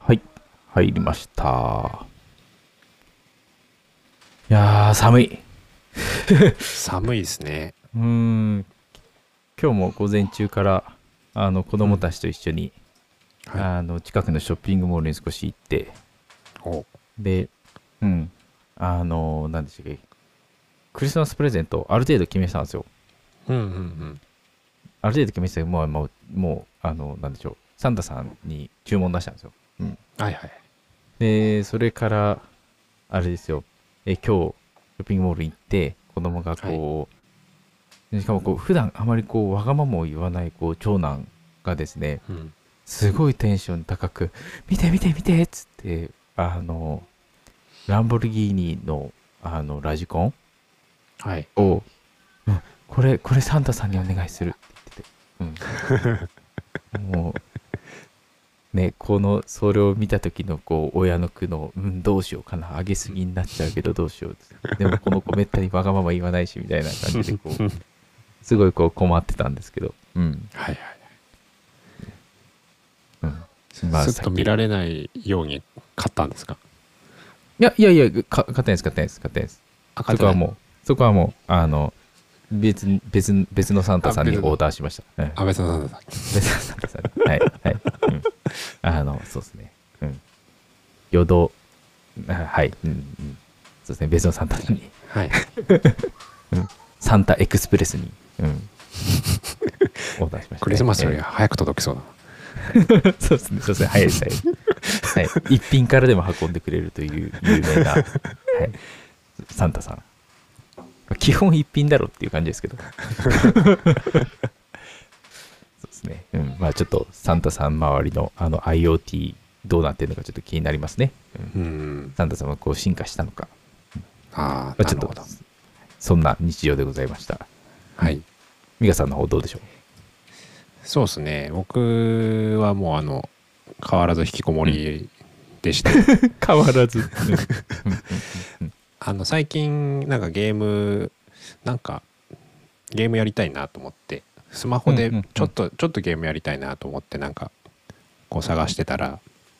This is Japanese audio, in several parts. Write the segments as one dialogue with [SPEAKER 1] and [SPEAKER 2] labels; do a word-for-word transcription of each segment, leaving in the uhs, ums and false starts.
[SPEAKER 1] はい、入りました。いやー、寒い。
[SPEAKER 2] 寒いですね。
[SPEAKER 1] うーん、今日も午前中からあの子
[SPEAKER 2] うん。
[SPEAKER 1] 供たちと一緒に
[SPEAKER 2] はい。
[SPEAKER 1] あの近くのショッピングモールに少し行って、
[SPEAKER 2] お、
[SPEAKER 1] で、うん、あの、なんでしたっけ、クリスマスプレゼントある程度決めてたんですよ。
[SPEAKER 2] うんうんうん。
[SPEAKER 1] ある程度決めてたけど、もう、もう、もうあの、なんでしょう、サンタさんに注文出したんですよ。うん。
[SPEAKER 2] はいはい。
[SPEAKER 1] で、それから、あれですよ、え、今日、ショッピングモール行って、子供が
[SPEAKER 2] はい。
[SPEAKER 1] こう、しかもこう普段あまりこうわがままを言わないこう長男がですね、
[SPEAKER 2] うん。
[SPEAKER 1] すごいテンション高く、見て見て見てっつって、あの、ランボルギーニのあのラジコン
[SPEAKER 2] はい。
[SPEAKER 1] を、うん、これ、これサンタさんにお願いするって言ってて、うん、もうね、この、それを見た時のこう親の苦悩、うん、どうしようかな、上げすぎになっちゃうけどどうしようって、でもこの子めったにわがまま言わないしみたいな感じでこう、すごいこう困ってたんですけど、うん、
[SPEAKER 2] はいはい。
[SPEAKER 1] うん。まあ、
[SPEAKER 2] すっと見
[SPEAKER 1] さっき、
[SPEAKER 2] られないように買ったんですか？
[SPEAKER 1] いやいやいや、か買ってないです、買ってないです、買ってないです。
[SPEAKER 2] あ、買ってない。
[SPEAKER 1] そこはもう、そこはもう、あの、別に、別、別のサンタ
[SPEAKER 2] あ、
[SPEAKER 1] さんにオー
[SPEAKER 2] 別の。
[SPEAKER 1] ダーしました。うん。
[SPEAKER 2] あ、別のなんだ。
[SPEAKER 1] 別のサンタさんに。はい、はい。うん。あの、そうですね。うん。夜道、あはい。うん、うん。そうですね。別のサンタさんに。
[SPEAKER 2] はい。
[SPEAKER 1] うん。サンタエクスプレスに、うん。オーダーしまし
[SPEAKER 2] ク
[SPEAKER 1] たね。
[SPEAKER 2] リスマスより
[SPEAKER 1] え
[SPEAKER 2] 早く届きそうだな。
[SPEAKER 1] ーそうですね。そうですね。早いです、早いです。はい。一品からでも運んでくれるという有名な、はい。サンタさん。基本一品だろっていう感じですけど。そうですね。うん。まあちょっとサンタさん周りのあの IoT どうなってるのかちょっと気になりますね。うん。
[SPEAKER 2] うん。
[SPEAKER 1] サンタさんはこう進化したのか。
[SPEAKER 2] ああ、
[SPEAKER 1] まあちょっと
[SPEAKER 2] なるほど。
[SPEAKER 1] そんな日常でございました。うん。
[SPEAKER 2] はい。
[SPEAKER 1] ミカさんの方どうでしょ
[SPEAKER 2] そうですね。僕はもうあの、変わらず引きこも
[SPEAKER 1] う？うん。
[SPEAKER 2] りでして、
[SPEAKER 1] 変わらず。うん。うんうんうん
[SPEAKER 2] あの、最近なんかゲーム、なんかゲームやりたいなと思って、スマ
[SPEAKER 1] うん。う
[SPEAKER 2] ホで
[SPEAKER 1] んうん
[SPEAKER 2] ちょっとちょっとゲームやりたいなと思ってなんかこう探してたら、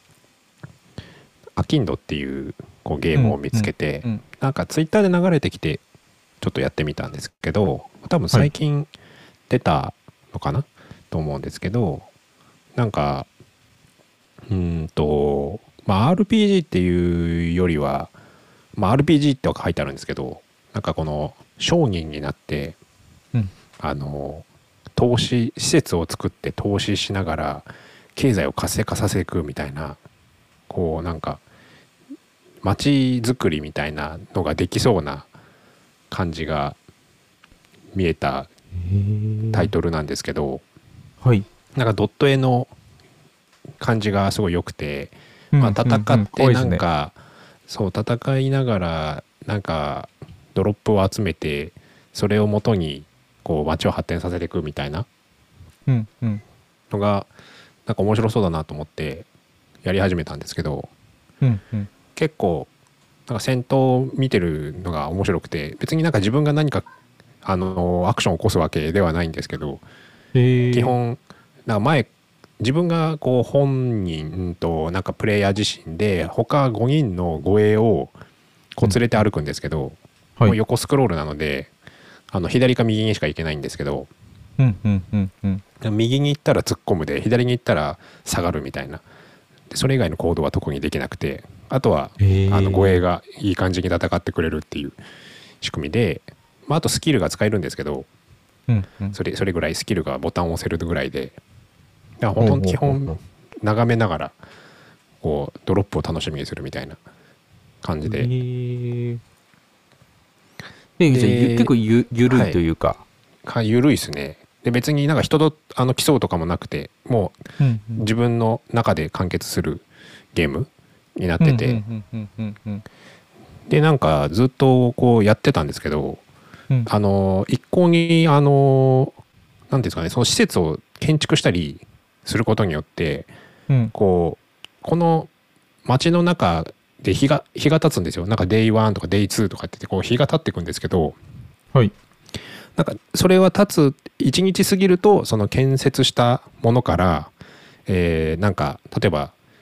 [SPEAKER 2] アキンドっていうこうゲームを見
[SPEAKER 1] うんうん
[SPEAKER 2] つけて、
[SPEAKER 1] うん。
[SPEAKER 2] なんかツイッターで流れてきてちょっとやってみたんですけど、多分
[SPEAKER 1] はい。
[SPEAKER 2] 最近出たのかなと思うんですけど、なんかうーんとまあ アールピージー っていうよりは、まあ アールピージー って書いてあるんですけど、なんかこの商人になって、
[SPEAKER 1] うん。
[SPEAKER 2] あの投資施設を作って投資しながら経済を活性化させていくみたいな、こうなんか街づくりみたいなのができそうな感じが見えた
[SPEAKER 1] へえ。
[SPEAKER 2] タイトルなんですけど、
[SPEAKER 1] はい。
[SPEAKER 2] なんかドット絵の感じがすごい良くて、まあ、
[SPEAKER 1] うんうんうん。
[SPEAKER 2] 戦って
[SPEAKER 1] 怖いですね。
[SPEAKER 2] なんかそう戦いながらなんかドロップを集めて、それをもとにこう街を発展させていくみたいな
[SPEAKER 1] うんうん
[SPEAKER 2] のがなんか面白そうだなと思ってやり始めたんですけど、
[SPEAKER 1] うんうん。
[SPEAKER 2] 結構なんか戦闘を見てるのが面白くて、別になんか自分が何かあのアクションを起こすわけではないんですけど、基
[SPEAKER 1] へえ。
[SPEAKER 2] 本なんか前自分がこう本人となんかプレイヤー自身で他ごにんの護衛をこ
[SPEAKER 1] うんうん。
[SPEAKER 2] う連れて歩くんですけど、もう
[SPEAKER 1] はい。
[SPEAKER 2] 横スクロールなのであの左か右にしか行けないんですけど、
[SPEAKER 1] うんうんうんうん。
[SPEAKER 2] 右に行ったら突っ込むで左に行ったら下がるみたいな、でそれ以外の行動は特にできなくて、あとはあの護衛
[SPEAKER 1] へえ。
[SPEAKER 2] がいい感じに戦ってくれるっていう仕組みで、まあ、あとスキルが使えるんですけど、
[SPEAKER 1] うんうん。
[SPEAKER 2] それそれぐらいスキルがボタンを押せるぐらいで、だからほとんど
[SPEAKER 1] ほうほう
[SPEAKER 2] 基本
[SPEAKER 1] ほうほ
[SPEAKER 2] 眺めながらこうドロップを楽しみにするみたいな感
[SPEAKER 1] う。
[SPEAKER 2] じで、
[SPEAKER 1] へえ。え、じゃあゆ結
[SPEAKER 2] で、
[SPEAKER 1] 構ゆゆるいと
[SPEAKER 2] はい、
[SPEAKER 1] いうか。
[SPEAKER 2] か緩いですね。で別になんか人とあの競うとかもなくて、も
[SPEAKER 1] うんうん。
[SPEAKER 2] う自分の中で完結するゲームになっ
[SPEAKER 1] うんうんう
[SPEAKER 2] てて、
[SPEAKER 1] んうんうんうん
[SPEAKER 2] でなんかずっとこうやってたんですけど、
[SPEAKER 1] うん
[SPEAKER 2] あの一向にあの何ていうんですかね、その施設を建築したりすることによって
[SPEAKER 1] うん
[SPEAKER 2] こうこの街の中で日が日が経つんですよ。なんかデイワンとかデイツーとかって言ってこう日が経っていくんですけど、
[SPEAKER 1] はい。
[SPEAKER 2] なんかそれは経ついちにち過ぎるとその建設したものから、えーなんか例えば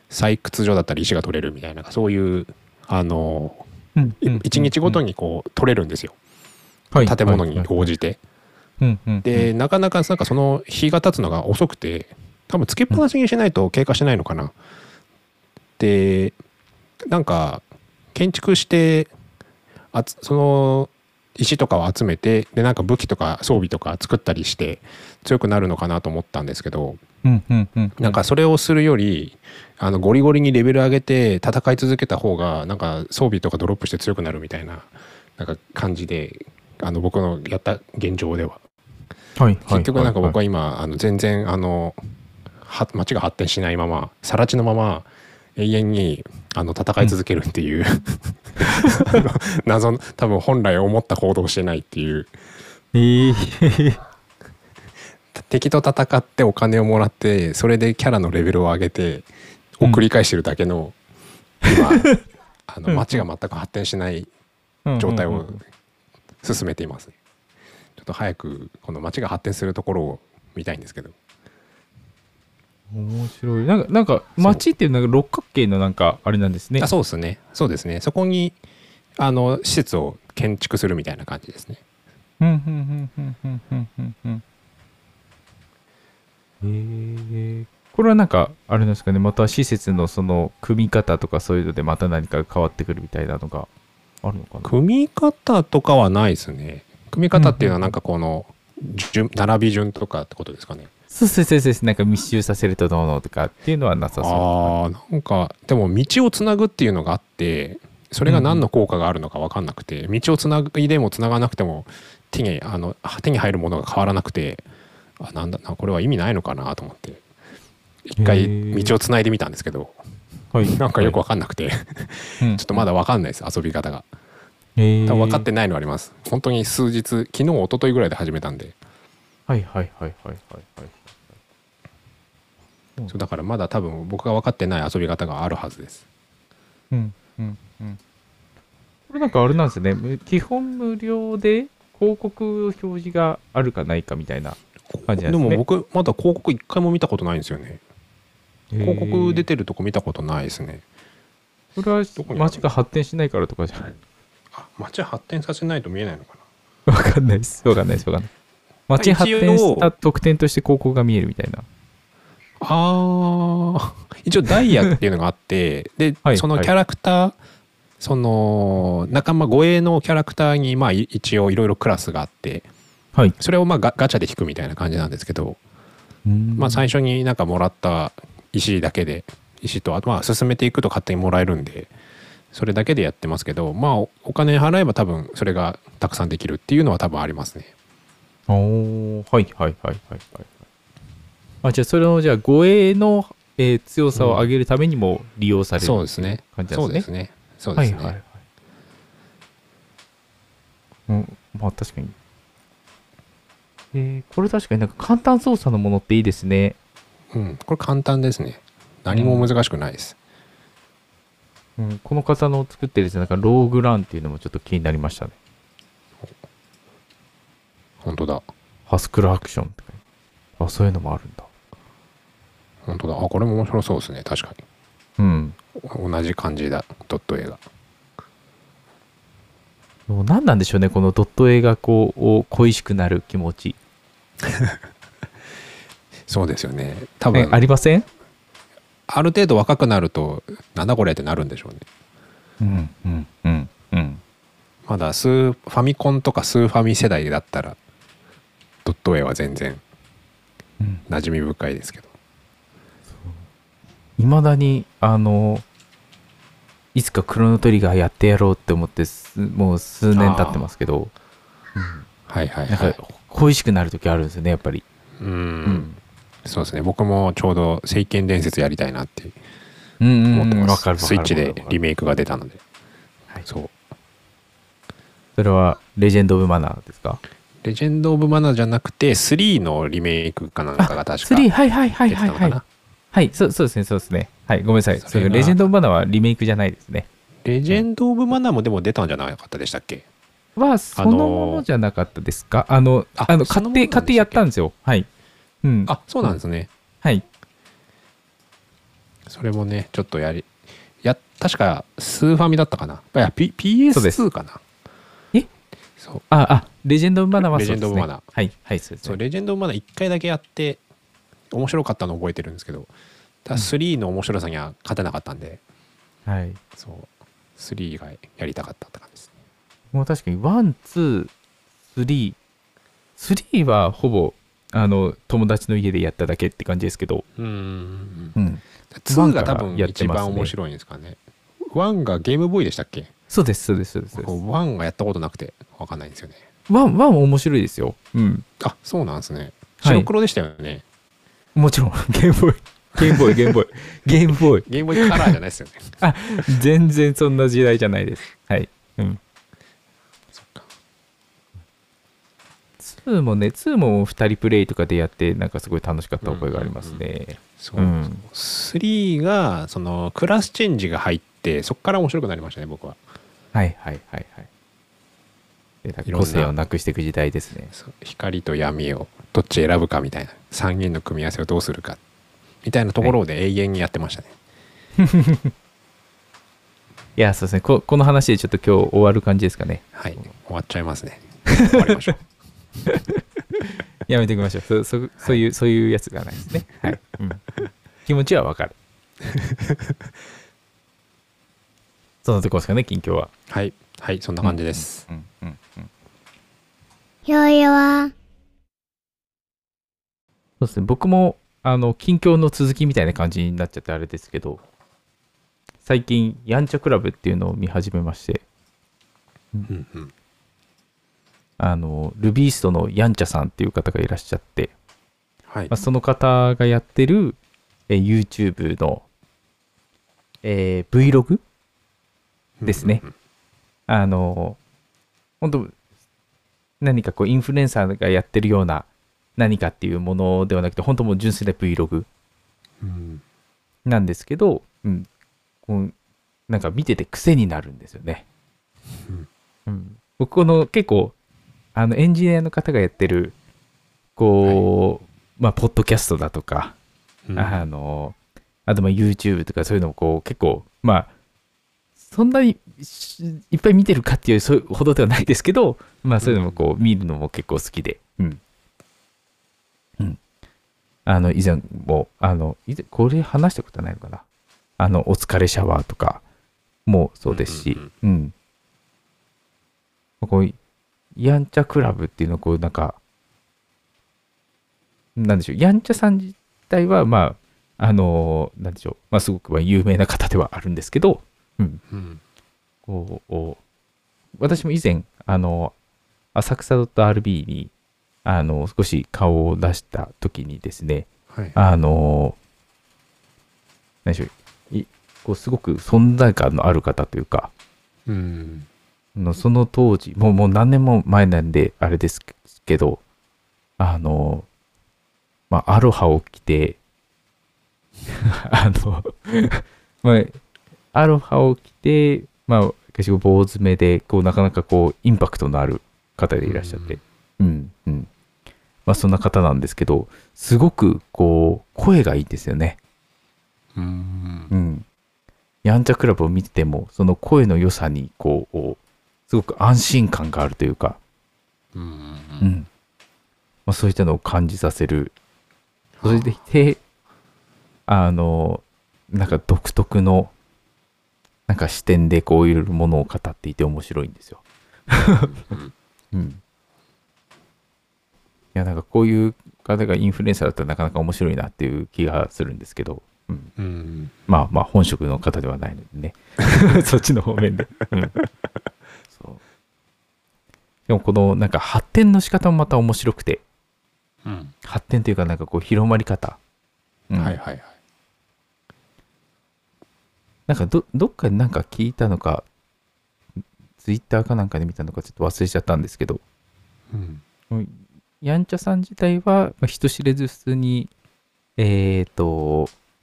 [SPEAKER 2] 採掘所だったり石が取れるみたいなそういうあの
[SPEAKER 1] うんうん
[SPEAKER 2] い一日ごとにこう取れるんですよ、
[SPEAKER 1] はい
[SPEAKER 2] 建物に応じて。
[SPEAKER 1] うんうん
[SPEAKER 2] でなかなかなんかその日が経つのが遅くて多分つけっぱなしにしないと経過しないのかな。でなんか建築してあつその石とかを集めてでなんか武器とか装備とか作ったりして強くなるのかなと思ったんですけど、
[SPEAKER 1] うんうんうん
[SPEAKER 2] なんかそれをするよりあのゴリゴリにレベル上げて戦い続けた方がなんか装備とかドロップして強くなるみたいななんか感じであの僕のやった現状では
[SPEAKER 1] はい
[SPEAKER 2] 結局なんか僕
[SPEAKER 1] は
[SPEAKER 2] は今あの全然あのは街が発展しないまま更地のまま永遠にあの戦い続けるっていう、あの謎の多分本来思った行動をしてないっていう
[SPEAKER 1] い、ええ
[SPEAKER 2] 敵と戦ってお金をもらってそれでキャラのレベルを上げてを繰り返してるだけの、今あの街が全く発展しない状態を進めています。ちょっと早くこの街が発展するところを見たいんですけど。
[SPEAKER 1] 面白い。なんかなんか街っていうなんか六角形のなんかあれなんですね。
[SPEAKER 2] あ、そうですね。そうですね。そこにあの施設を建築するみたいな感じですね。
[SPEAKER 1] うんうんうんうんうんうんうんうんへえ。これはなんかあれなんですかね。また施設のその組み方とかそういうのでまた何か変わってくるみたいなのがあるのかな。
[SPEAKER 2] 組み方とかはないですね。組み方っていうのはなんかこの順並び順とかってことですかね。
[SPEAKER 1] そうそうそうそう。なんか密集させるとどうのとかっていうのはなさそう。
[SPEAKER 2] ああ、なんかでも道をつなぐっていうのがあってそれが何の効果があるのか分かんなくて、道をつなぎでもつながなくても手にあの手に入るものが変わらなくて、あなんだなこれは意味ないのかなと思って一回道をつないでみたんですけど、
[SPEAKER 1] はい、
[SPEAKER 2] なんかよく分かんなくて、
[SPEAKER 1] はい、
[SPEAKER 2] ちょっとまだ分かんないです遊び方が。
[SPEAKER 1] 多
[SPEAKER 2] 多分分かってないのあります。本当に数日昨日一昨日ぐらいで始めたんで。
[SPEAKER 1] はいはいはいはいはいはい。
[SPEAKER 2] そうだからまだ多分僕が分かってない遊び方があるはずです。
[SPEAKER 1] うんうんうん。これなんかあれなんですね。基本無料で広告表示があるかないかみたいな感じなんですね。
[SPEAKER 2] でも僕まだ広告一回も見たことないんですよね。広告出てるとこ見たことないですね。
[SPEAKER 1] これは街が発展しないからとかじゃない。
[SPEAKER 2] あ、街発展させないと見えないのかな。
[SPEAKER 1] わかんないです。わかんないです。わかんない。街発展した特典として広告が見えるみたいな。
[SPEAKER 2] ああ、一応ダイヤっていうのがあってで、はい、そのキャラクター、はい、その仲間護衛のキャラクターにまあ一応いろいろクラスがあって、はい、それをまあ ガ, ガチャで引くみたいな感じなんですけど、まあ最初になんかもらった石だけで石とあとまあ進めていくと勝手にもらえるんでそれだけでやってますけど、まあお金払えば多分それがたくさんできるっていうのは多分ありますね。
[SPEAKER 1] おー、はいはいはいはいはいあ、じゃあそれのじゃあ護衛の、えー、強さを上げるためにも利用される、うん、
[SPEAKER 2] そうですね。
[SPEAKER 1] 感じなんですね。
[SPEAKER 2] そうですね。そうですね。
[SPEAKER 1] はいはいはい。うん、まあ確かに。えー、これ確かになんか簡単操作のものっていいですね。
[SPEAKER 2] うん、これ簡単ですね。何も難しくないです。
[SPEAKER 1] うん、うん、この方の作ってるやつなんかローグランっていうのもちょっと気になりましたね。
[SPEAKER 2] 本当だ。
[SPEAKER 1] ハスクルアクションってあ、そういうのもあるんだ。
[SPEAKER 2] 本当だ。あ、これも面白そうですね。確かに。
[SPEAKER 1] うん。
[SPEAKER 2] 同じ感じだ。ドット絵が。
[SPEAKER 1] もう何なんでしょうね。このドット絵がこう恋しくなる気持ち。
[SPEAKER 2] そうですよね。多分
[SPEAKER 1] ありません？
[SPEAKER 2] ある程度若くなるとなんだこれってなるんでしょうね。
[SPEAKER 1] うんうんうんうん。
[SPEAKER 2] まだスーファミコンとかスーファミ世代だったらドット絵は全然馴染み深いですけど。
[SPEAKER 1] いまだにあのいつかクロノトリガーやってやろうって思ってもう数年経ってますけど、
[SPEAKER 2] うん、はいはいはい。
[SPEAKER 1] なんか恋しくなる時あるんですよねやっぱり。
[SPEAKER 2] うん、うん、そうですね。僕もちょうど聖剣伝説やりたいなって
[SPEAKER 1] 思
[SPEAKER 2] ってます。
[SPEAKER 1] わかる。
[SPEAKER 2] スイッチでリメイクが出たので、はい、そう。
[SPEAKER 1] それはレジェンド・オブ・マナーですか？
[SPEAKER 2] レジェンド・オブ・マナーじゃなくてスリーのリメイクかなんかが確か
[SPEAKER 1] スリーはいはいはいはいはいはいそうそうですねそうですねはいごめんなさいそれレジェンド・オブ・マナーはリメイクじゃないですね。
[SPEAKER 2] レジェンド・オブ・マナーもでも出たんじゃなかったでしたっけ？
[SPEAKER 1] はそのものじゃなかったですか？あのあの買って買ってやったんですよ。はい。
[SPEAKER 2] うん。あ、そうなんですね。
[SPEAKER 1] はい。
[SPEAKER 2] それもねちょっとやりや確かスーファミだったかな、いや、P、ピーエスツー かな。
[SPEAKER 1] え
[SPEAKER 2] そう
[SPEAKER 1] ああレジェンド・オブ・マナーはそうですね。
[SPEAKER 2] レジェンドオブマナー
[SPEAKER 1] はいはいそうですね。
[SPEAKER 2] そうレジェンド・オブ・マナーいっかいだけやって面白かったのを覚えてるんですけど、ただスリーの面白さには勝てなかったんで、
[SPEAKER 1] はい
[SPEAKER 2] そうスリーがやりたかったって感じですね。
[SPEAKER 1] もう確かにワンツースリースリーはほぼあの友達の家でやっただけって感じですけど、
[SPEAKER 2] うんうん
[SPEAKER 1] う
[SPEAKER 2] うんんツーが多分一番面白いんですかね。ワンがゲームボーイでしたっけ？
[SPEAKER 1] そうですそうですそうですそうです。
[SPEAKER 2] ワンがやったことなくて分かんないんですよね。
[SPEAKER 1] ワンワン面白いですよ。うん
[SPEAKER 2] あそうなんですね。
[SPEAKER 1] はい
[SPEAKER 2] 白黒でしたよね。
[SPEAKER 1] もちろんゲームボーイゲームボーイゲームボーイゲームボーイ
[SPEAKER 2] ゲームボーイカラーじゃないですよね。
[SPEAKER 1] あ全然そんな時代じゃないです。はいうん
[SPEAKER 2] そっか。
[SPEAKER 1] ツーもねツーもふたりプレイとかでやってなんかすごい楽しかった覚えがありますね。
[SPEAKER 2] そう、
[SPEAKER 1] うん
[SPEAKER 2] スリーがそのクラスチェンジが入ってそこから面白くなりましたね僕は。
[SPEAKER 1] はいはいはいはい。でなんか
[SPEAKER 2] いろんな
[SPEAKER 1] 個性をなくしていく時代ですね。
[SPEAKER 2] そう光と闇をどっち選ぶかみたいなさんにんの組み合わせをどうするかみたいなところで永遠にやってましたね。
[SPEAKER 1] いやそうですね こ, この話でちょっと今日終わる感じですかね。
[SPEAKER 2] はい、終わっちゃいますね。終わりましょう。
[SPEAKER 1] やめておきましょう。そそそういう、そういうやつがないですね。はい。うん、気持ちはわかる。そんなとこですかね、近況は。
[SPEAKER 2] はいはいそんな感じです。
[SPEAKER 1] うんうんうんうん、
[SPEAKER 3] よいは
[SPEAKER 1] そうですね。僕もあの近況の続きみたいな感じになっちゃってあれですけど、最近やんちゃクラブっていうのを見始めまして、
[SPEAKER 2] うんうん
[SPEAKER 1] あのルビーストのやんちゃさんっていう方がいらっしゃって、
[SPEAKER 2] はい
[SPEAKER 1] まあ、その方がやってるえ YouTube の、えー Vlog ですね。
[SPEAKER 2] うんうん
[SPEAKER 1] あの本当何かこうインフルエンサーがやってるような何かっていうものではなくて、本当もう純粋な Vlog
[SPEAKER 2] うん
[SPEAKER 1] なんですけど、うん、こうなんか見てて癖になるんですよね。
[SPEAKER 2] うん
[SPEAKER 1] うん、僕この結構あのエンジニアの方がやってるこう、まあポッドキャストだとか、
[SPEAKER 2] うん
[SPEAKER 1] あのあとまあ YouTube とかそういうのをこう結構まあそんなにしいっぱい見てるかっていうそういうほどではないですけど、まあそういうのもこう見るのも結構好きで、うんうん、あの以前もあの以前これ話したことはないのかな、あのお疲れシャワーとかもそうですし、
[SPEAKER 2] うん
[SPEAKER 1] うんこうやんちゃクラブっていうのをこうなんかなんでしょう、やんちゃさん自体はまああのなんでしょう、まあすごくまあ有名な方ではあるんですけど、うん
[SPEAKER 2] うん
[SPEAKER 1] こう私も以前あの浅草 .rb にあの少し顔を出した時にですね、
[SPEAKER 2] はい
[SPEAKER 1] あの何でしょう、いこうすごく存在感のある方というか、
[SPEAKER 2] うん
[SPEAKER 1] のその当時もうもう何年も前なんであれですけど、あのまあアロハを着てあのまあアロハを着てまあ結構坊主目でこうなかなかこうインパクトのある方でいらっしゃって、うんうんまあそんな方なんですけど、すごくこう声がいいですよね。
[SPEAKER 2] うん
[SPEAKER 1] うんやんちゃクラブを見ててもその声の良さにこうすごく安心感があるというか、
[SPEAKER 2] うん
[SPEAKER 1] うんまあ、そういったのを感じさせる。それでいてあのなんか独特のなんか視点でこういうものを語っていて面白いんですよ。うん、いやなんかこういう方がインフルエンサーだったらなかなか面白いなっていう気がするんですけど、うん、
[SPEAKER 2] うん
[SPEAKER 1] まあまあ本職の方ではないのでねそっちの方面で、うん、そうでもこのなんか発展の仕方もまた面白くて、
[SPEAKER 2] うん
[SPEAKER 1] 発展というかなんかこう広まり方、うん
[SPEAKER 2] はいはいはい
[SPEAKER 1] なんか ど, どっかでなんか聞いたのかツイッターかなんかで見たのかちょっと忘れちゃったんですけど、
[SPEAKER 2] うん
[SPEAKER 1] やんちゃさん自体は、まあ、人知れず普通にえっ、ー、と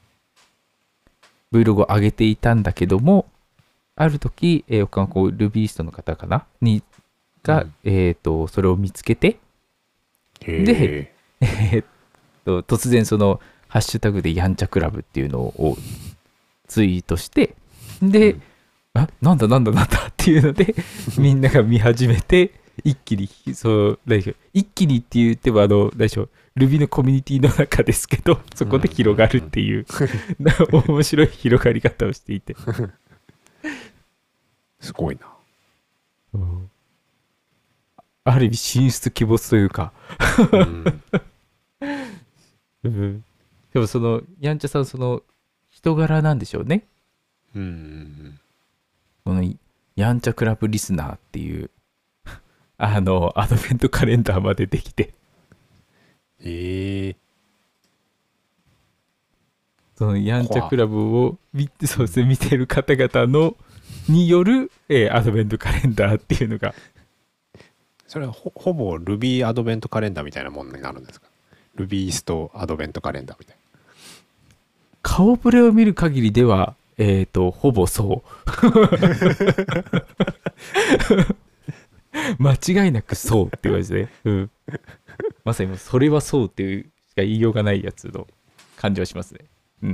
[SPEAKER 1] Vlog を上げていたんだけども、ある時、えー、他のこうルビーストの方かなにが、
[SPEAKER 2] うん
[SPEAKER 1] えっ、とそれを見つけて、
[SPEAKER 2] へ
[SPEAKER 1] で
[SPEAKER 2] え
[SPEAKER 1] えーっと突然そのハッシュタグでやんちゃクラブっていうのをツイートしてで、
[SPEAKER 2] うん
[SPEAKER 1] あなんだなんだなんだっていうのでみんなが見始めて一気にそう何でしょう一気にって言ってもあの何でしょう Ruby のコミュニティの中ですけどそこで広がるっていう、うん、面白い広がり方をしていて
[SPEAKER 2] すごいな。
[SPEAKER 1] うん、ある意味進出鬼没というか、
[SPEAKER 2] うん
[SPEAKER 1] うん、でもそのやんちゃさんその人柄なんでしょうね。
[SPEAKER 2] うんうん
[SPEAKER 1] このやんちゃクラブリスナーっていうあのアドベントカレンダーまでできて
[SPEAKER 2] ええ
[SPEAKER 1] そのやんちゃクラブを見てそうですね見てる方々のによる、えーアドベントカレンダーっていうのが
[SPEAKER 2] それは ほ, ほぼ Ruby アドベントカレンダーみたいなものになるんですか？ Ruby ストアドベントカレンダーみたいな。
[SPEAKER 1] 顔ぶれを見る限りではえっ、とほぼそう間違いなくそうっていう感じで、うん、まさにもうそれはそうっていうしか言いようがないやつの感じはしますね。うん。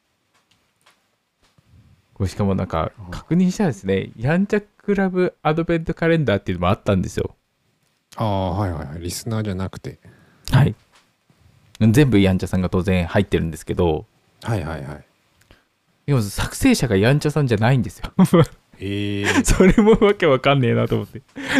[SPEAKER 1] これしかもなんか確認したらですね、やんちゃクラブアドベントカレンダーっていうのもあったんですよ。
[SPEAKER 2] ああはいはいはい。リスナーじゃなくて。
[SPEAKER 1] はい。全部やんちゃさんが当然入ってるんですけど、
[SPEAKER 2] はいはいはい。
[SPEAKER 1] でも作成者がやんちゃさんじゃないんですよ。
[SPEAKER 2] ええ
[SPEAKER 1] それもわけわかんねえなと思って。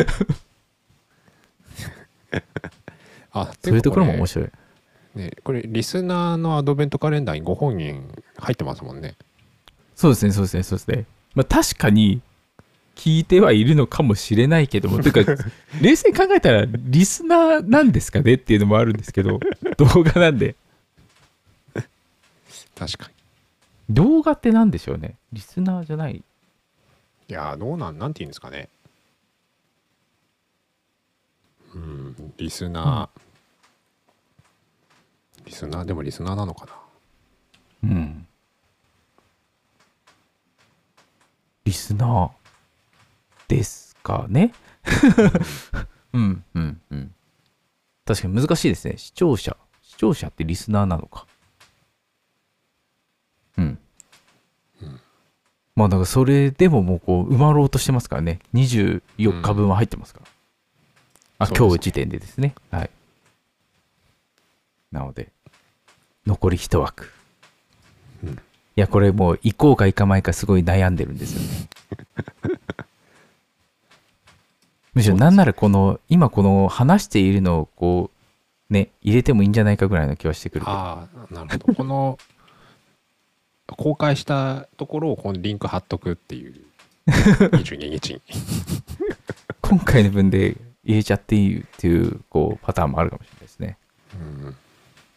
[SPEAKER 2] あ、
[SPEAKER 1] そういうところも面白い。
[SPEAKER 2] ね、これリスナーのアドベントカレンダーにご本人入ってますもんね。
[SPEAKER 1] そうですね、そうですね、そうですね。まあ確かに聞いてはいるのかもしれないけども、てか冷静に考えたらリスナーなんですかねっていうのもあるんですけど、動画なんで。
[SPEAKER 2] 確かに。
[SPEAKER 1] 動画って何でしょうね。リスナーじゃない。
[SPEAKER 2] いやーどうなんなんて言うんですかね。うんリスナー、リスナーでもリスナーなのかな。
[SPEAKER 1] うん。リスナーですかね。うんうんうん。確かに難しいですね。視聴者。視聴者ってリスナーなのか。うん。
[SPEAKER 2] うん、
[SPEAKER 1] まあだからそれでももうこう埋まろうとしてますからね。にじゅうよっかぶんは入ってますから。あ、
[SPEAKER 2] そうですね
[SPEAKER 1] 今日時点でですね。はい。なので、残り一枠。
[SPEAKER 2] うん、
[SPEAKER 1] いや、これもう行こうか行かないかすごい悩んでるんですよね。むしろなんならこの、今この話しているのをこう、ね、入れてもいいんじゃないかぐらいの気はしてくるけど。
[SPEAKER 2] ああなるほど。この公開したところをこのリンク貼っとくっていうにじゅうににちに
[SPEAKER 1] 今回の分で入れちゃっていいっていうこうパターンもあるかもしれないですね。
[SPEAKER 2] うん
[SPEAKER 1] で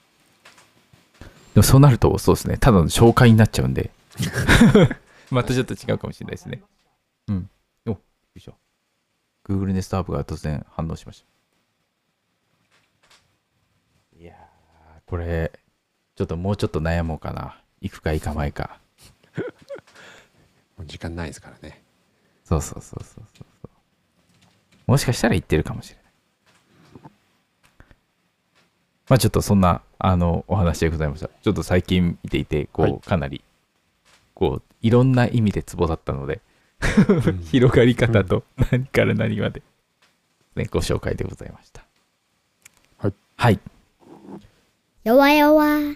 [SPEAKER 1] もそうなるとそうですね、ただの紹介になっちゃうんでまたちょっと違うかもしれないですね。うん。お、よいしょ。Google ネストアップが突然反応しました。いやー、これちょっともうちょっと悩もうかな。行くか行かないか。
[SPEAKER 2] もう時間ないですからね。
[SPEAKER 1] そうそうそうそうそうそう。もしかしたら行ってるかもしれない。まあちょっとそんなあのお話でございました。ちょっと最近見ていてこう、
[SPEAKER 2] はい、
[SPEAKER 1] かなりこういろんな意味でツボだったので広がり方と何から何まで、ね、ご紹介でございました。
[SPEAKER 2] はい。
[SPEAKER 1] はい。
[SPEAKER 3] 弱々。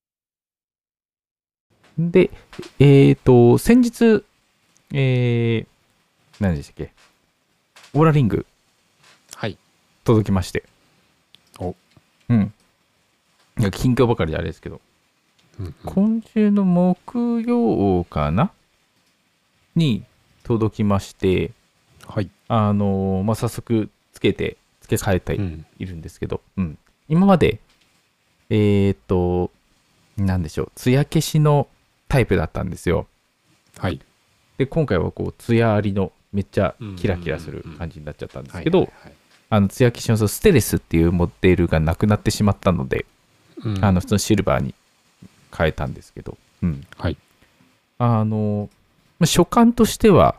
[SPEAKER 1] で、えっ、ー、と先日、えー、何でしたっけ、オーラリング
[SPEAKER 2] はい
[SPEAKER 1] 届きまして。
[SPEAKER 2] お
[SPEAKER 1] うん。いや近況ばかりであれですけど、
[SPEAKER 2] うんうん、
[SPEAKER 1] 今週の木曜かなに届きまして、
[SPEAKER 2] はい、
[SPEAKER 1] あのーまあ、早速つけて付け替えているんですけど、うんうん、今までえっ、ー、となんでしょう、艶消しのタイプだったんですよ。
[SPEAKER 2] はい。
[SPEAKER 1] で今回はこう艶ありのめっちゃキラキラする感じになっちゃったんですけど、あの艶消しのそのステレスっていうモデルがなくなってしまったので、うん、あの普通のシルバーに変えたんですけど、うん、
[SPEAKER 2] はい、
[SPEAKER 1] あの所感としては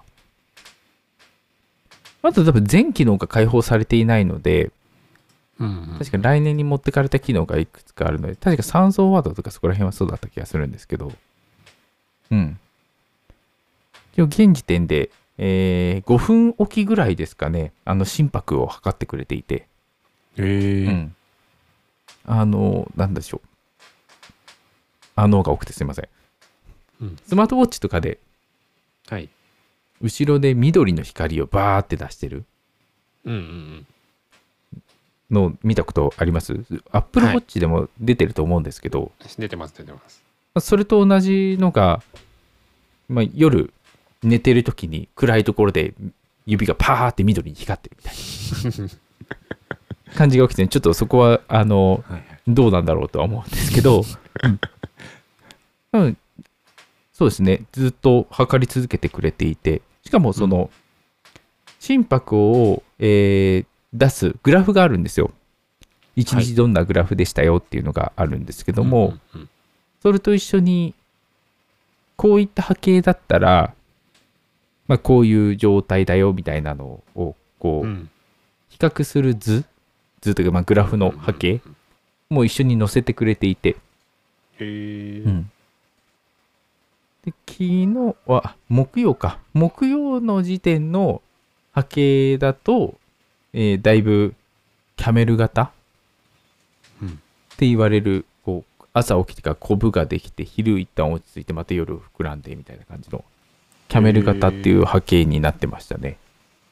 [SPEAKER 1] まず多分全機能が開放されていないので、
[SPEAKER 2] うんうん、
[SPEAKER 1] 確か来年に持ってかれた機能がいくつかあるので、確か三層ワードとかそこら辺はそうだった気がするんですけど、 うん一応現時点で、えーごふんおきぐらいですかね、あの心拍を測ってくれていて、
[SPEAKER 2] へえ、
[SPEAKER 1] うんあのなんでしょうあのが多くてすいません、
[SPEAKER 2] うん
[SPEAKER 1] スマートウォッチとかで
[SPEAKER 2] はい。
[SPEAKER 1] 後ろで緑の光をバーって出してる
[SPEAKER 2] うんうんうん。
[SPEAKER 1] のを見たことあります？アップルウォッチでも出てると思うんですけど、
[SPEAKER 2] 出てます出てます。
[SPEAKER 1] まあそれと同じのが、まあ、夜寝てる時に暗いところで指がパーって緑に光ってるみたいな感じが起きて、ちょっとそこはあの
[SPEAKER 2] はいはい。
[SPEAKER 1] どうなんだろうとは思うんですけど、うん多分そうですね、ずっと測り続けてくれていて、しかもその、心拍を、えー出すグラフがあるんですよ。一日どんなグラフでしたよっていうのがあるんですけども、
[SPEAKER 2] うんうん
[SPEAKER 1] それと一緒に、こういった波形だったら、まあ、こういう状態だよみたいなのを、こう、
[SPEAKER 2] うん
[SPEAKER 1] 比較する図、図というか、まあ、グラフの波形も一緒に載せてくれていて、
[SPEAKER 2] へえ、
[SPEAKER 1] うんで昨日は、あ木曜か。木曜の時点の波形だと、えーだいぶキャメル型っ
[SPEAKER 2] うん
[SPEAKER 1] て言われる、こう、朝起きてからコブができて、昼一旦落ち着いて、また夜膨らんでみたいな感じの、キャメル型っていう波形になってましたね。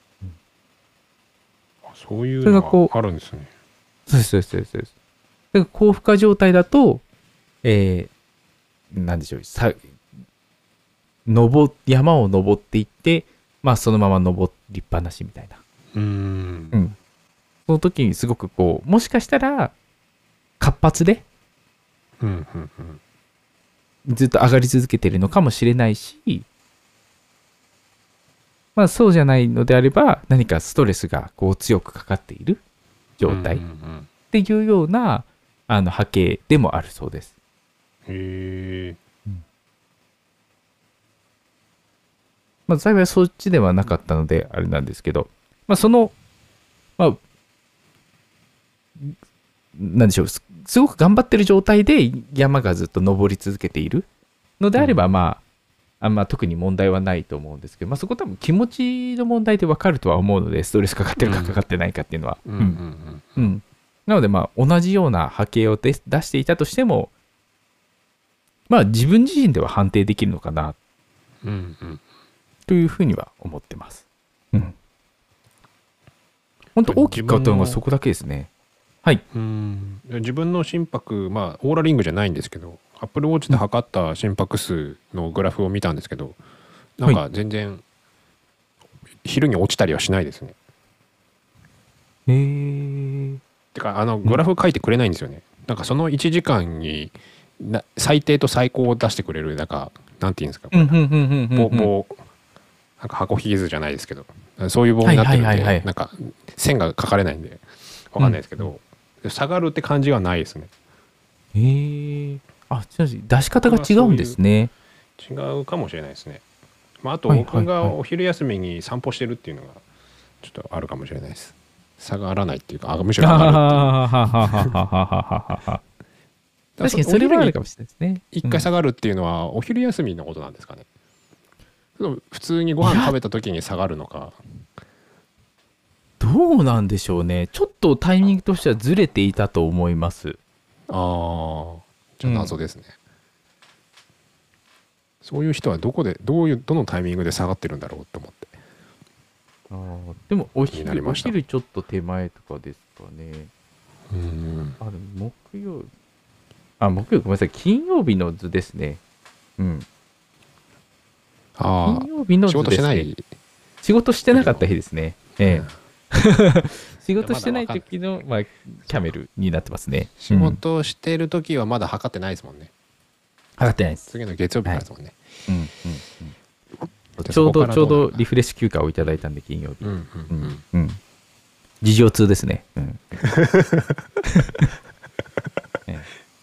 [SPEAKER 2] あそういうの
[SPEAKER 1] それがこう
[SPEAKER 2] があるんですね。
[SPEAKER 1] そうです、そうです、そうですそうです。だから高負荷状態だと、えー、なんでしょう、さ登山を登っていって、まあそのまま登りっぱなしみたいな。
[SPEAKER 2] うーん
[SPEAKER 1] うん。その時にすごくこう、もしかしたら活発で
[SPEAKER 2] うんうんうん
[SPEAKER 1] ずっと上がり続けてるのかもしれないし、まあそうじゃないのであれば、何かストレスがこう強くかかっている状態っ
[SPEAKER 2] うんうん
[SPEAKER 1] ていうようなあの波形でもあるそうです。
[SPEAKER 2] うん、へえ、
[SPEAKER 1] まあ、幸いそっちではなかったのであれなんですけど、まあ、その、まあ、なんでしょうす、すごく頑張ってる状態で山がずっと登り続けているのであれば、まあ、あんま特に問題はないと思うんですけど、まあ、そこ多分気持ちの問題で分かるとは思うので、ストレスかかってるかかかってないかっていうのは。
[SPEAKER 2] うんうんうん
[SPEAKER 1] うんなので、まあ、同じような波形を出出していたとしても、まあ、自分自身では判定できるのかな
[SPEAKER 2] うんうん、
[SPEAKER 1] というふうには思ってます。うん。本当大きく変わったのがそこだけですね。はい。
[SPEAKER 2] うん自分の心拍、まあオーラリングじゃないんですけど、アップルウォッチで測った心拍数のグラフを見たんですけど、なんか全然昼に落ちたりはしないですね。
[SPEAKER 1] へえ。
[SPEAKER 2] てかあのグラフ書いてくれないんですよね。なんかそのいちじかんにな最低と最高を出してくれる、なんかなんていうんですか、
[SPEAKER 1] うんうんうんうんうんうん。
[SPEAKER 2] 棒棒なんか箱ひげ図じゃないですけど、そういう棒になってるん
[SPEAKER 1] はいはいはいはい
[SPEAKER 2] で、なんか線が書かれないんでわかんないですけど、下がるって感じはないですね。
[SPEAKER 1] へえ。あ、違う出し方が違うんですね。
[SPEAKER 2] 違うかもしれないですね。まあ、あと
[SPEAKER 1] はいはい
[SPEAKER 2] 僕がお昼休みに散歩してるっていうのがちょっとあるかもしれないです。下がらないっていうか、あむしろ上がるっていう。
[SPEAKER 1] ははははははは。確かにそれはあるかもしれないですね。
[SPEAKER 2] 一回下がるっていうのはお昼休みのことなんですかね。その普通にご飯食べた時に下がるのか。
[SPEAKER 1] どうなんでしょうね。ちょっとタイミングとしてはずれていたと思います。
[SPEAKER 2] ああ、じゃあ謎ですね。そういう人はどこでどういうどのタイミングで下がってるんだろうと思って。
[SPEAKER 1] あーでもお昼、お
[SPEAKER 2] 気になりました
[SPEAKER 1] 昼ちょっと手前とかですかね。
[SPEAKER 2] うん
[SPEAKER 1] あ、でも木曜日。あ、木曜日、ごめんなさい。金曜日の図ですね。うん。
[SPEAKER 2] あ
[SPEAKER 1] 金曜日の
[SPEAKER 2] あ、仕
[SPEAKER 1] 図ですね。
[SPEAKER 2] 事してない。
[SPEAKER 1] 仕事してなかった日ですね。え
[SPEAKER 2] うん
[SPEAKER 1] え。仕事してない時の、まあ、キャメルになってますね。
[SPEAKER 2] 仕
[SPEAKER 1] うん
[SPEAKER 2] 事をしてる時はまだ測ってないですもんね。
[SPEAKER 1] 測ってないです。
[SPEAKER 2] 次の月曜日からですもんね。
[SPEAKER 1] うんうんうん
[SPEAKER 2] で
[SPEAKER 1] ちょうど、ちょう
[SPEAKER 2] そこからどうなんだ
[SPEAKER 1] どリフレッシュ休暇をいただいたんで、金曜日。
[SPEAKER 2] うんうん
[SPEAKER 1] う
[SPEAKER 2] うん
[SPEAKER 1] ん。うん。事情通ですね。うん。ええ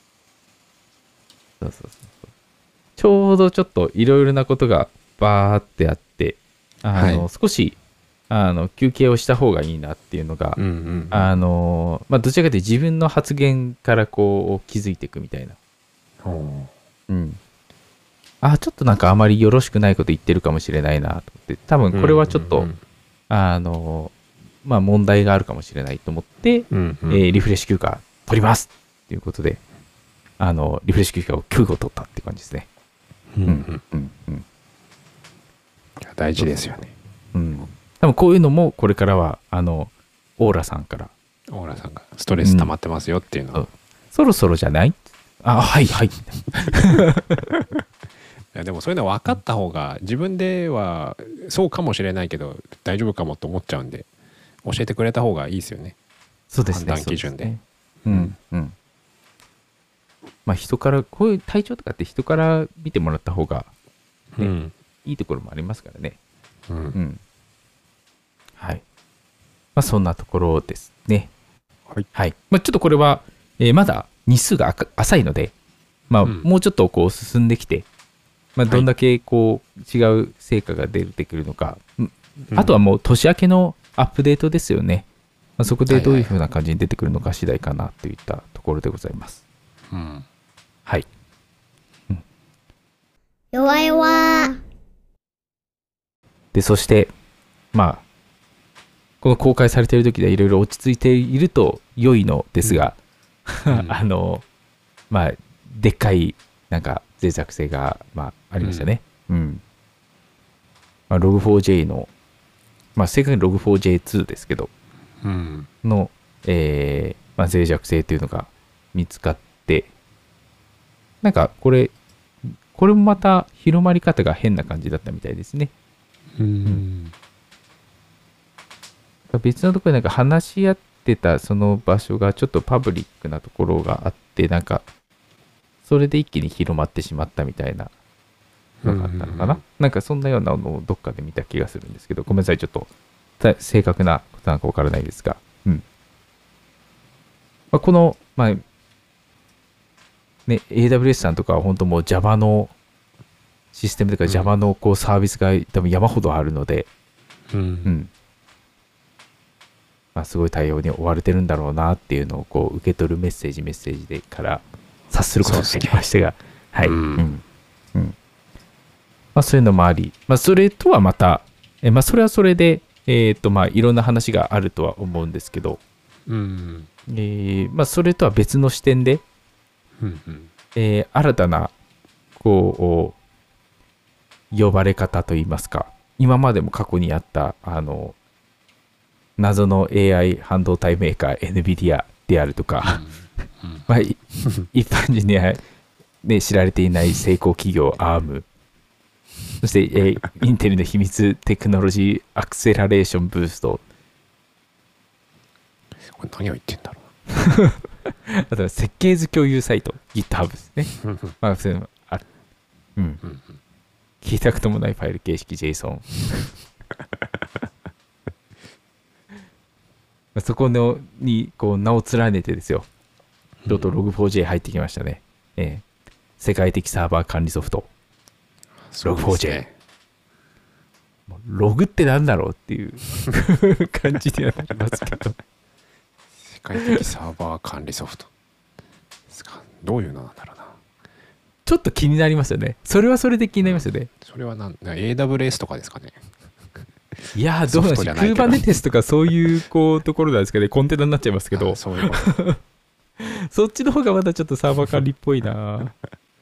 [SPEAKER 1] そうそうそうそう。ちょうどちょっといろいろなことがバーってあって、あの、
[SPEAKER 2] はい
[SPEAKER 1] 少し、あの、休憩をした方がいいなっていうのが、
[SPEAKER 2] うんうん
[SPEAKER 1] あの、まあ、どちらかというと自分の発言からこう気づいていくみたいな。
[SPEAKER 2] うん。
[SPEAKER 1] うん。 あ、ちょっとなんかあまりよろしくないこと言ってるかもしれないなと思って、多分これはちょっと、
[SPEAKER 2] うん
[SPEAKER 1] あの、まあ問題があるかもしれないと思って、
[SPEAKER 2] うんうん
[SPEAKER 1] えーリフレッシュ休暇取りますっていうことで、あの、リフレッシュ休暇をきゅうご取ったっていう感じですね。
[SPEAKER 2] うんうん
[SPEAKER 1] うん、うん、うん。
[SPEAKER 2] いや大事ですよね。
[SPEAKER 1] うん。多分こういうのもこれからは、あの、オーラさんから、
[SPEAKER 2] オーラさんがストレス溜まってますよっていうのを、
[SPEAKER 1] うんそろそろじゃないあ、はい、はい。
[SPEAKER 2] いやでもそういうの分かった方が自分ではそうかもしれないけど大丈夫かもと思っちゃうんで教えてくれた方がいいですよね。
[SPEAKER 1] そうですね。
[SPEAKER 2] 判断基準で
[SPEAKER 1] そうすねうん、うん。まあ人から、こういう体調とかって人から見てもらった方がね
[SPEAKER 2] うん
[SPEAKER 1] いいところもありますからね。
[SPEAKER 2] うん
[SPEAKER 1] うん。はい。まあそんなところですね。
[SPEAKER 2] はい
[SPEAKER 1] はい。まあちょっとこれは、えーまだ日数があか浅いので、まあ
[SPEAKER 2] うん
[SPEAKER 1] もうちょっとこう進んできて、まあ
[SPEAKER 2] はい
[SPEAKER 1] どんだけこう違う成果が出てくるのか、うん
[SPEAKER 2] うん
[SPEAKER 1] あとはもう年明けのアップデートですよね。まあ、そこでどういう風な感じに出てくるのか次第かなといったところでございます。
[SPEAKER 2] うん
[SPEAKER 1] はい。
[SPEAKER 3] 弱々。
[SPEAKER 1] で、そして、まあ、この公開されている時でいろいろ落ち着いていると良いのですが、
[SPEAKER 2] うん
[SPEAKER 1] あの、まあ、でっかい、なんか、脆弱性が、まあ、ありましたね。うん。まあ、ログフォージェイ の、まあ、正確に ログフォージェイツー ですけど、
[SPEAKER 2] うん
[SPEAKER 1] の、えーまあ、脆弱性というのが見つかって、なんか、これ、これもまた広まり方が変な感じだったみたいですね。
[SPEAKER 2] うん
[SPEAKER 1] 別のところでなんか話し合ってたその場所がちょっとパブリックなところがあってなんかそれで一気に広まってしまったみたいなのがあったのかな、
[SPEAKER 2] うん
[SPEAKER 1] なんかそんなようなのをどっかで見た気がするんですけどごめんなさいちょっとた正確なことなのかわからないですが、うんまあ、この、まあね、エーダブリュエス さんとかは本当もう Java のシステムとか
[SPEAKER 2] うん
[SPEAKER 1] Java のこうサービスが多分山ほどあるので、
[SPEAKER 2] う
[SPEAKER 1] うんんまあ、すごい対応に追われてるんだろうなっていうのをこう受け取るメッセージメッセージでから察することができましたが、はい、
[SPEAKER 2] う
[SPEAKER 1] うんんうんまあ、そういうのもあり、まあ、それとはまた、えまあ、それはそれで、えーとまあ、いろんな話があるとは思うんですけど、
[SPEAKER 2] うん
[SPEAKER 1] えーまあ、それとは別の視点で、
[SPEAKER 2] うんうん
[SPEAKER 1] えー新たなこう呼ばれ方といいますか今までも過去にあったあの謎の エーアイ 半導体メーカー エヌビディア であるとか、
[SPEAKER 2] うん
[SPEAKER 1] まあ、い一般人には、ね、知られていない成功企業 アーム そして、えーインテルの秘密テクノロジーアクセラレーションブースト
[SPEAKER 2] これ何を言ってんだろ
[SPEAKER 1] あとは設計図共有サイト GitHub ですね、
[SPEAKER 2] う
[SPEAKER 1] まあ、そういうのある、うん、
[SPEAKER 2] うん
[SPEAKER 1] 聞いたこともないファイル形式 JSON そこのにこう名を連ねてですよとうとう ログフォージェイ 入ってきましたね、えー世界的サーバー管理ソフト
[SPEAKER 2] そうですね
[SPEAKER 1] ログフォージェイ もうログってなんだろうっていう感じにはなりますけど
[SPEAKER 2] 世界的サーバー管理ソフトですか。どういうのなんだろうな。
[SPEAKER 1] ちょっと気になりますよねそれはそれで気になりますよね、
[SPEAKER 2] それはなん エーダブリューエス とかですかね。
[SPEAKER 1] いやーどうなんでしょう
[SPEAKER 2] ソフトじゃないけど
[SPEAKER 1] Kubernetes とかそういうこうところなんですけど、ね、コンテナになっちゃいますけど
[SPEAKER 2] あそういうこと
[SPEAKER 1] そっちの方がまだちょっとサーバー管理っぽいな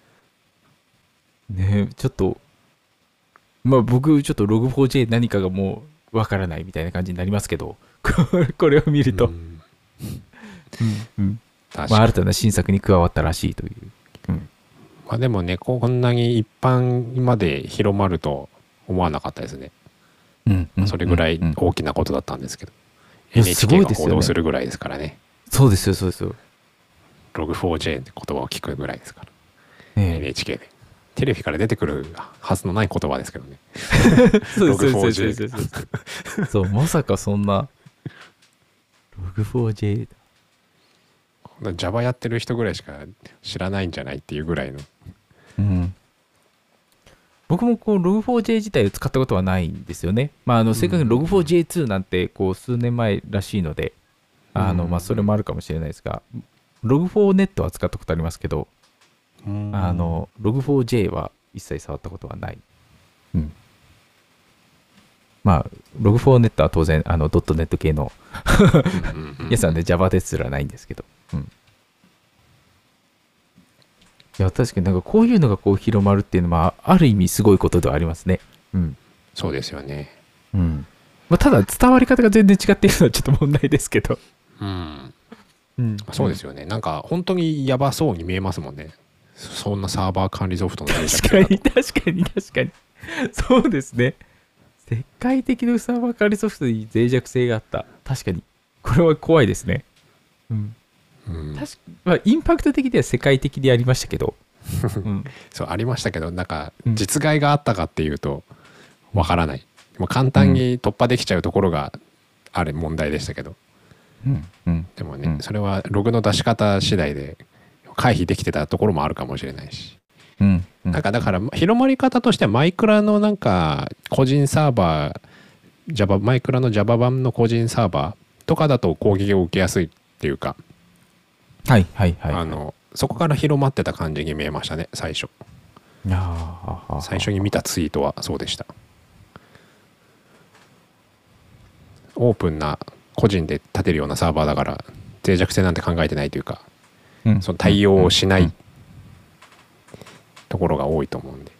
[SPEAKER 1] ねえちょっとまあ僕ちょっと ログフォージェイ 何かがもうわからないみたいな感じになりますけどこれこれを見ると、
[SPEAKER 2] う
[SPEAKER 1] うんんうんまあ、
[SPEAKER 2] 確かに
[SPEAKER 1] 新たな新作に加わったらしいという、うん、
[SPEAKER 2] まあでもねこんなに一般まで広まると思わなかったですね。
[SPEAKER 1] うんうん
[SPEAKER 2] それぐらい
[SPEAKER 1] うんうん
[SPEAKER 2] 大きなことだったんですけど、
[SPEAKER 1] いやすご
[SPEAKER 2] エヌエイチケー が
[SPEAKER 1] いですよね
[SPEAKER 2] 報道するぐらいですからね。
[SPEAKER 1] そうですよそうですよ、
[SPEAKER 2] ログフォージェイ って言葉を聞くぐらいですから、
[SPEAKER 1] ね
[SPEAKER 2] エヌエイチケー でテレビから出てくるはずのない言葉ですけどね。
[SPEAKER 1] え、そうですそうです
[SPEAKER 2] ログフォージェイ
[SPEAKER 1] そうですそうですそうまさかそんな ログフォージェイ
[SPEAKER 2] Java やってる人ぐらいしか知らないんじゃないっていうぐらいの。
[SPEAKER 1] うん僕もこう ログフォージェイ 自体を使ったことはないんですよね。まあ、あの正確に ログフォージェイツー なんてこう数年前らしいので、あのまあそれもあるかもしれないですが、ログフォーネットは使ったことありますけど、あの ログフォージェイ は一切触ったことはない。うん。まあ、ログフォーネットは当然、あの、ドットネット系のやつなんで Java ですらないんですけど。うん。いや、確かになんかこういうのがこう広まるっていうのは、ある意味すごいことではありますね。うん。
[SPEAKER 2] そうですよね。
[SPEAKER 1] うん。まあ、ただ、伝わり方が全然違っているのはちょっと問題ですけど。
[SPEAKER 2] うん。
[SPEAKER 1] うん、
[SPEAKER 2] そうですよね。なんか、本当にやばそうに見えますもんね。そんなサーバー管理ソフトの
[SPEAKER 1] 確かに、確かに、確かに。そうですね。世界的なサーバー管理ソフトに脆弱性があった。確かに。これは怖いですね。うん。うん、確かまあ、インパクト的では世界的でありましたけど。うん、
[SPEAKER 2] そう、ありましたけど、なんか、実害があったかっていうと、わからない。もう簡単に突破できちゃうところがある問題でしたけど。
[SPEAKER 1] うんうん、
[SPEAKER 2] でもね、うん、それはログの出し方次第で回避できてたところもあるかもしれないし。
[SPEAKER 1] うんうん、
[SPEAKER 2] なんかだから広まり方としてはマイクラのなんか個人サーバー Java マイクラの Java 版の個人サーバーとかだと攻撃を受けやすいっていうか、
[SPEAKER 1] はいはいはい、
[SPEAKER 2] あのそこから広まってた感じに見えましたね最初。
[SPEAKER 1] あ
[SPEAKER 2] 最初に見たツイートはそうでした。オープンな個人で立てるようなサーバーだから脆弱性なんて考えてないというか、うん、その対応をしない、うん、ところが多いと思うんで。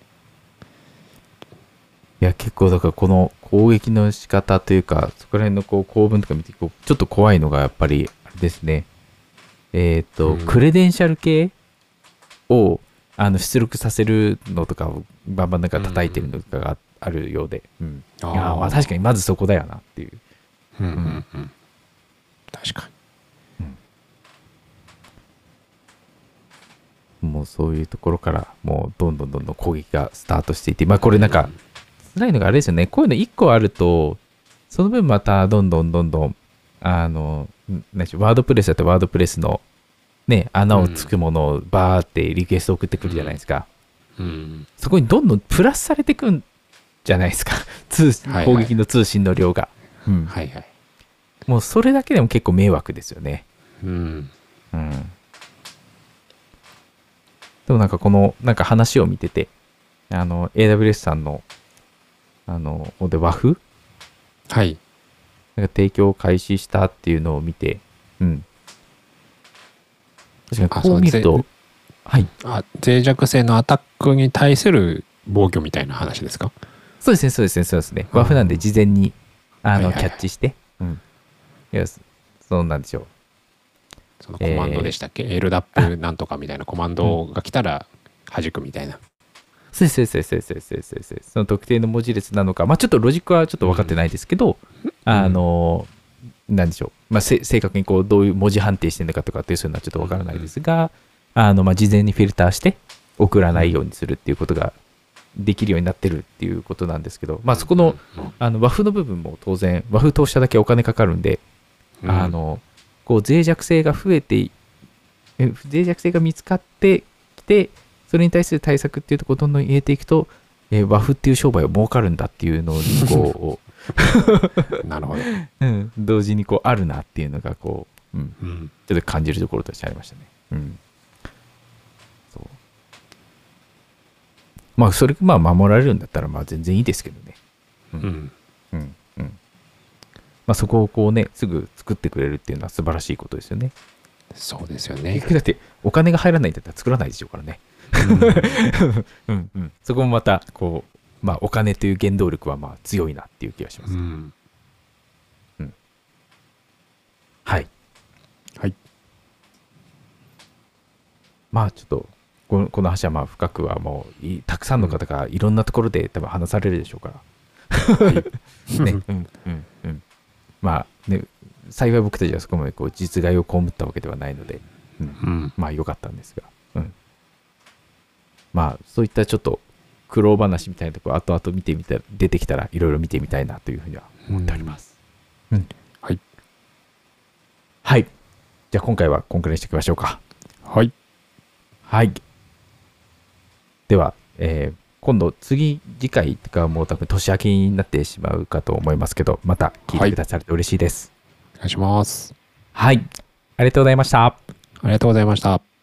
[SPEAKER 1] いや結構だからこの攻撃の仕方というかそこら辺のこう構文とか見てこうちょっと怖いのがやっぱりあれですね。えっと、うん、クレデンシャル系をあの出力させるのとかをバンバンなんか叩いてるのとかがあるようで、うんうん、いやまあ確かにまずそこだよなっていう。
[SPEAKER 2] うんうんうん、確かに、
[SPEAKER 1] うん、もうそういうところからもうどんどんどんどん攻撃がスタートしていて、まあこれなんか辛いのがあれですよね、こういうのいっこあるとその分またどんどんどんどんあの何でしょうワードプレスだとワードプレスのね穴をつくものをバーってリクエスト送ってくるじゃないですか、
[SPEAKER 2] うんうん、
[SPEAKER 1] そこにどんどんプラスされてくんじゃないですか通攻撃の通信の量が、
[SPEAKER 2] うん、はいはい、
[SPEAKER 1] もうそれだけでも結構迷惑ですよね。
[SPEAKER 2] うん。
[SPEAKER 1] うん。でもなんかこのなんか話を見てて、あの エーダブリュエス さんのあので ダブリューエフ
[SPEAKER 2] はい。
[SPEAKER 1] なんか提供を開始したっていうのを見て、うん。確かにこう見ると、はい。
[SPEAKER 2] あ、脆弱性のアタックに対する防御みたいな話ですか？
[SPEAKER 1] そうですね、そうですね、そうですね。ダブリューエフ なんで事前にあの、はいはい、キャッチして。うん、いやそうなんでしょう。
[SPEAKER 2] そのコマンドでしたっけ、えー、エルダップ なんとかみたいなコマンドが来たら弾くみたいな、うん、
[SPEAKER 1] そうそうそうそうそうそうそうそうその特定の文字列なのか、まあちょっとロジックはちょっと分かってないですけど、うん、あのなんでしょう、まあ、正確にこうどういう文字判定してるのかとかっていうそういうのはちょっと分からないですが、うん、あのまあ事前にフィルターして送らないようにするっていうことができるようになってるっていうことなんですけど、まあそこのあの和風の部分も当然和風通しただけお金かかるんで、うん、あのこう脆弱性が増えて脆弱性が見つかってきてそれに対する対策っていうところをどんどん入れていくと、えー、和風っていう商売を儲かるんだっていうのにこ
[SPEAKER 2] うなるほど、
[SPEAKER 1] うん、同時にこうあるなっていうのがこう、うんうん、ちょっと感じるところとしてありましたね。うんまあそれまあ守られるんだったらまあ全然いいですけどね。うんうんうんうん。まあそこをこうねすぐ作ってくれるっていうのは素晴らしいことですよね。
[SPEAKER 2] そうですよね。
[SPEAKER 1] だってお金が入らないんだったら作らないでしょうからね。うんうんうん。そこもまたこうまあお金という原動力はまあ強いなっていう気がします。うん。うん。はい。
[SPEAKER 2] はい。
[SPEAKER 1] まあちょっと。この話はまあ深くはもうたくさんの方がいろんなところで多分話されるでしょうから、ねうんうんうん、まあね幸い僕たちはそこまでこう実害を被ったわけではないので、うんうん、まあ良かったんですが、うん、まあそういったちょっと苦労話みたいなところ後々見てみた出てきたらいろいろ見てみたいなというふうには思っております。うんうん、
[SPEAKER 2] はい
[SPEAKER 1] はいじゃあ今回はこんくらいにしておきましょうか。
[SPEAKER 2] はい
[SPEAKER 1] はいでは、えー、今度次次回がもう多分年明けになってしまうかと思いますけどまた聞いてくださると嬉しいです。
[SPEAKER 2] はい、お願いします。
[SPEAKER 1] はいありがとうございました。
[SPEAKER 2] ありがとうございました。